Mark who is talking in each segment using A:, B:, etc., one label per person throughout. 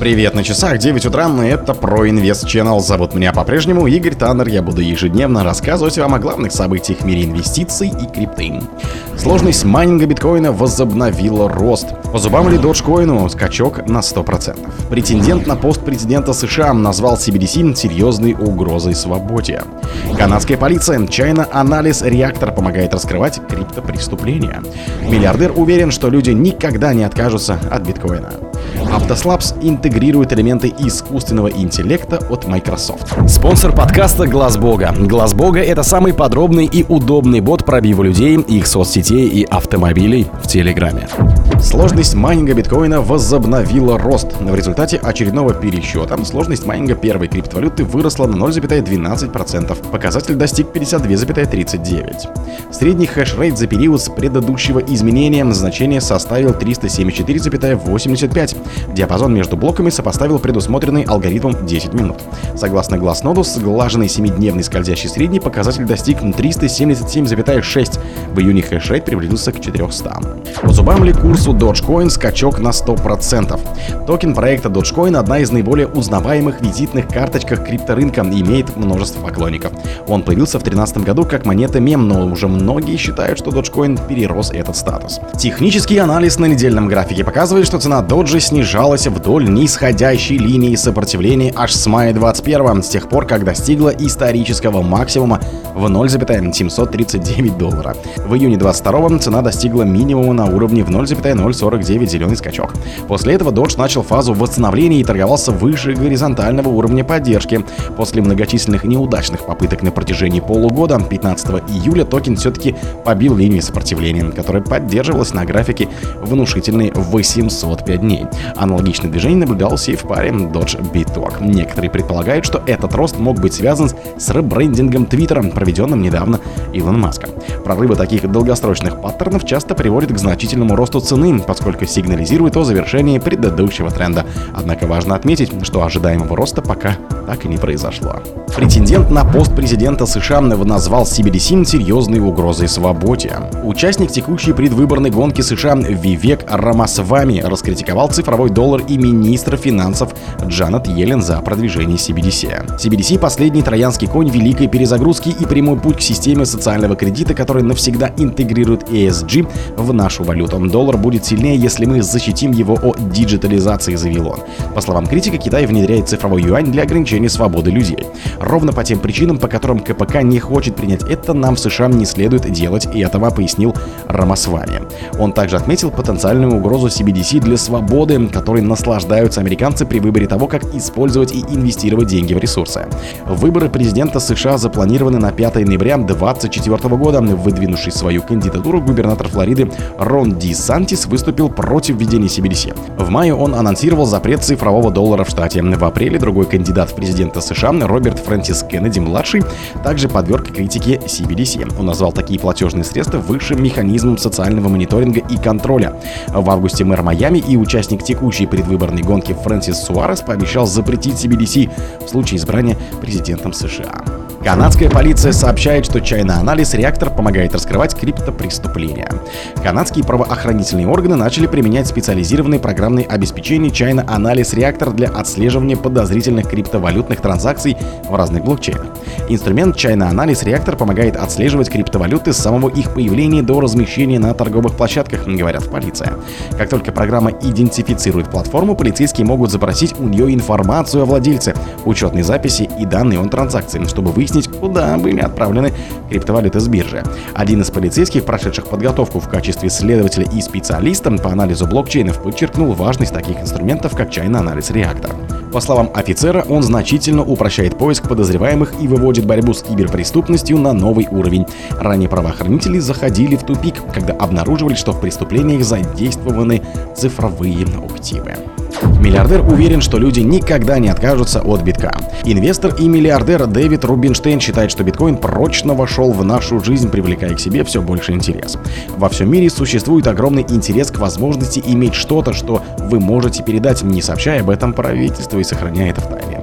A: Привет, на часах 9 утра, и это ProInvest Channel. Зовут меня по-прежнему Игорь Таннер. Я буду ежедневно рассказывать вам о главных событиях в мире инвестиций и крипты. Сложность майнинга биткоина возобновила рост. По зубам ли Dogecoin скачок на 100%. Претендент на пост президента США назвал CBDC серьезной угрозой свободе. Канадская полиция China Analysis Reactor помогает раскрывать криптопреступления. Миллиардер уверен, что люди никогда не откажутся от биткоина. Aptos интегрирует элементы искусственного интеллекта от Microsoft. Спонсор подкаста Глаз Бога. Глаз Бога — это самый подробный и удобный бот пробива людей, их соцсетей и автомобилей в Телеграме. Сложность майнинга биткоина возобновила рост. В результате очередного пересчета сложность майнинга первой криптовалюты выросла на 0,12%. Показатель достиг 52,39. Средний хэш-рейт за период с предыдущего изменения значение составил 374,85. Диапазон между блоками сопоставил предусмотренный алгоритмом 10 минут. Согласно Glassnode, сглаженный 7-дневный скользящий средний показатель достиг 377,6. В июне хэш-рейт приблизился к 400. По зубам ли курсу Dogecoin скачок на 100%. Токен проекта Dogecoin — одна из наиболее узнаваемых визитных карточек крипторынка и имеет множество поклонников. Он появился в 2013 году как монета-мем, но уже многие считают, что Dogecoin перерос этот статус. Технический анализ на недельном графике показывает, что цена Doge снижалась вдоль нисходящей линии сопротивления аж с мая 2021, с тех пор, как достигла исторического максимума в $0,739. В июне 2022 цена достигла минимума на уровне в 0,049 зеленый скачок. После этого Doge начал фазу восстановления и торговался выше горизонтального уровня поддержки. После многочисленных неудачных попыток на протяжении полугода, 15 июля токен все-таки побил линию сопротивления, которая поддерживалась на графике внушительные 805 дней. Аналогичное движение наблюдалось и в паре Doge Bitok. Некоторые предполагают, что этот рост мог быть связан с ребрендингом Твиттера, проведенным недавно Илон Маском. Прорывы таких долгосрочных паттернов часто приводят к значительному росту цены, поскольку сигнализирует о завершении предыдущего тренда. Однако важно отметить, что ожидаемого роста пока так и не произошло. Претендент на пост президента США назвал CBDC серьезной угрозой свободе. Участник текущей предвыборной гонки США Вивек Рамасвами раскритиковал цифровой доллар и министра финансов Джанет Йеллен за продвижение CBDC. CBDC — последний троянский конь великой перезагрузки и прямой путь к системе социального кредита, который навсегда интегрирует ESG в нашу валюту. Доллар будет сильнее, если мы защитим его от диджитализации, заявил он. По словам критика, Китай внедряет цифровой юань для ограничения свободы людей. Ровно по тем причинам, по которым КПК не хочет принять это, нам в США не следует делать этого, пояснил Рамасвами. Он также отметил потенциальную угрозу CBDC для свободы, которой наслаждаются американцы при выборе того, как использовать и инвестировать деньги в ресурсы. Выборы президента США запланированы на 5 ноября 2024 года. Выдвинувший свою кандидатуру, губернатор Флориды Рон Ди Сантис выступил против введения CBDC. В мае он анонсировал запрет цифрового доллара в штате. В апреле другой кандидат в президента США Роберт Фрэнсис Кеннеди-младший также подверг критике CBDC. Он назвал такие платежные средства высшим механизмом социального мониторинга и контроля. В августе мэр Майами и участник текущей предвыборной гонки Фрэнсис Суарес пообещал запретить CBDC в случае избрания президентом США. Канадская полиция сообщает, что China Analysis Reactor помогает раскрывать криптопреступления. Канадские правоохранительные органы начали применять специализированное программное обеспечение China Analysis Reactor для отслеживания подозрительных криптовалютных транзакций в разных блокчейнах. Инструмент China Analysis Reactor помогает отслеживать криптовалюты с самого их появления до размещения на торговых площадках, говорят в полиции. Как только программа идентифицирует платформу, полицейские могут запросить у нее информацию о владельце, учетные записи и данные о транзакции, чтобы выяснить, куда были отправлены криптовалюты с биржи. Один из полицейских, прошедших подготовку в качестве следователя и специалиста по анализу блокчейнов, подчеркнул важность таких инструментов, как China Analysis Reactor. По словам офицера, он значительно упрощает поиск подозреваемых и выводит борьбу с киберпреступностью на новый уровень. Ранее правоохранители заходили в тупик, когда обнаруживали, что в преступлениях задействованы цифровые активы. Миллиардер уверен, что люди никогда не откажутся от битка. Инвестор и миллиардер Дэвид Рубинштейн считает, что биткоин прочно вошел в нашу жизнь, привлекая к себе все больше интерес. Во всем мире существует огромный интерес к возможности иметь что-то, что вы можете передать, не сообщая об этом правительству и сохраняя это в тайне.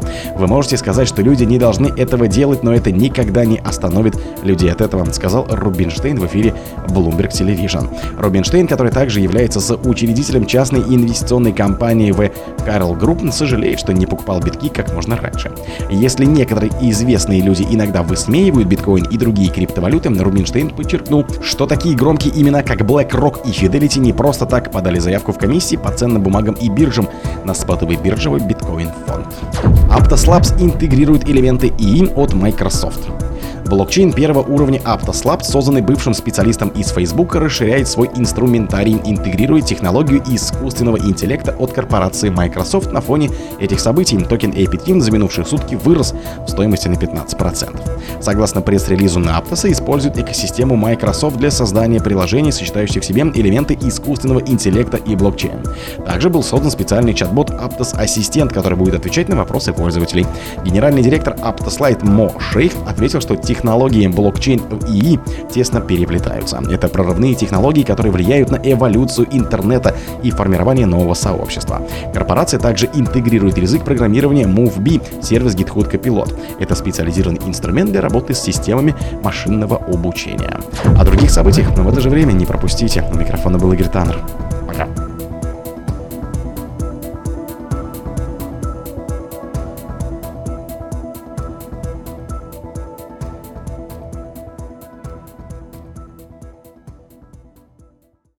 A: Вы можете сказать, что люди не должны этого делать, но это никогда не остановит людей от этого, сказал Рубинштейн в эфире Bloomberg Television. Рубинштейн, который также является соучредителем частной инвестиционной компании The Carlyle Group, сожалеет, что не покупал битки как можно раньше. Если некоторые известные люди иногда высмеивают биткоин и другие криптовалюты, Рубинштейн подчеркнул, что такие громкие имена, как BlackRock и Fidelity, не просто так подали заявку в комиссии по ценным бумагам и биржам на спотовый биржевой биткоин-фонд. Aptos Labs интегрирует элементы ИИ от Microsoft. Блокчейн первого уровня Aptos Labs, созданный бывшим специалистом из Facebook, расширяет свой инструментарий, интегрирует технологию искусственного интеллекта от корпорации Microsoft. На фоне этих событий токен APT за минувшие сутки вырос в стоимости на 15%. Согласно пресс-релизу на Aptos, использует экосистему Microsoft для создания приложений, сочетающих в себе элементы искусственного интеллекта и блокчейн. Также был создан специальный чат-бот Aptos Ассистент, который будет отвечать на вопросы пользователей. Генеральный директор Aptos Light Мо Шейх ответил, что технологии блокчейн и ИИ тесно переплетаются. Это прорывные технологии, которые влияют на эволюцию интернета и формирование нового сообщества. Корпорация также интегрирует язык программирования MoveBee, сервис GitHub Copilot. Это специализированный инструмент для работы с системами машинного обучения. О других событиях, но в это же время не пропустите. У микрофона был Игорь Таннер.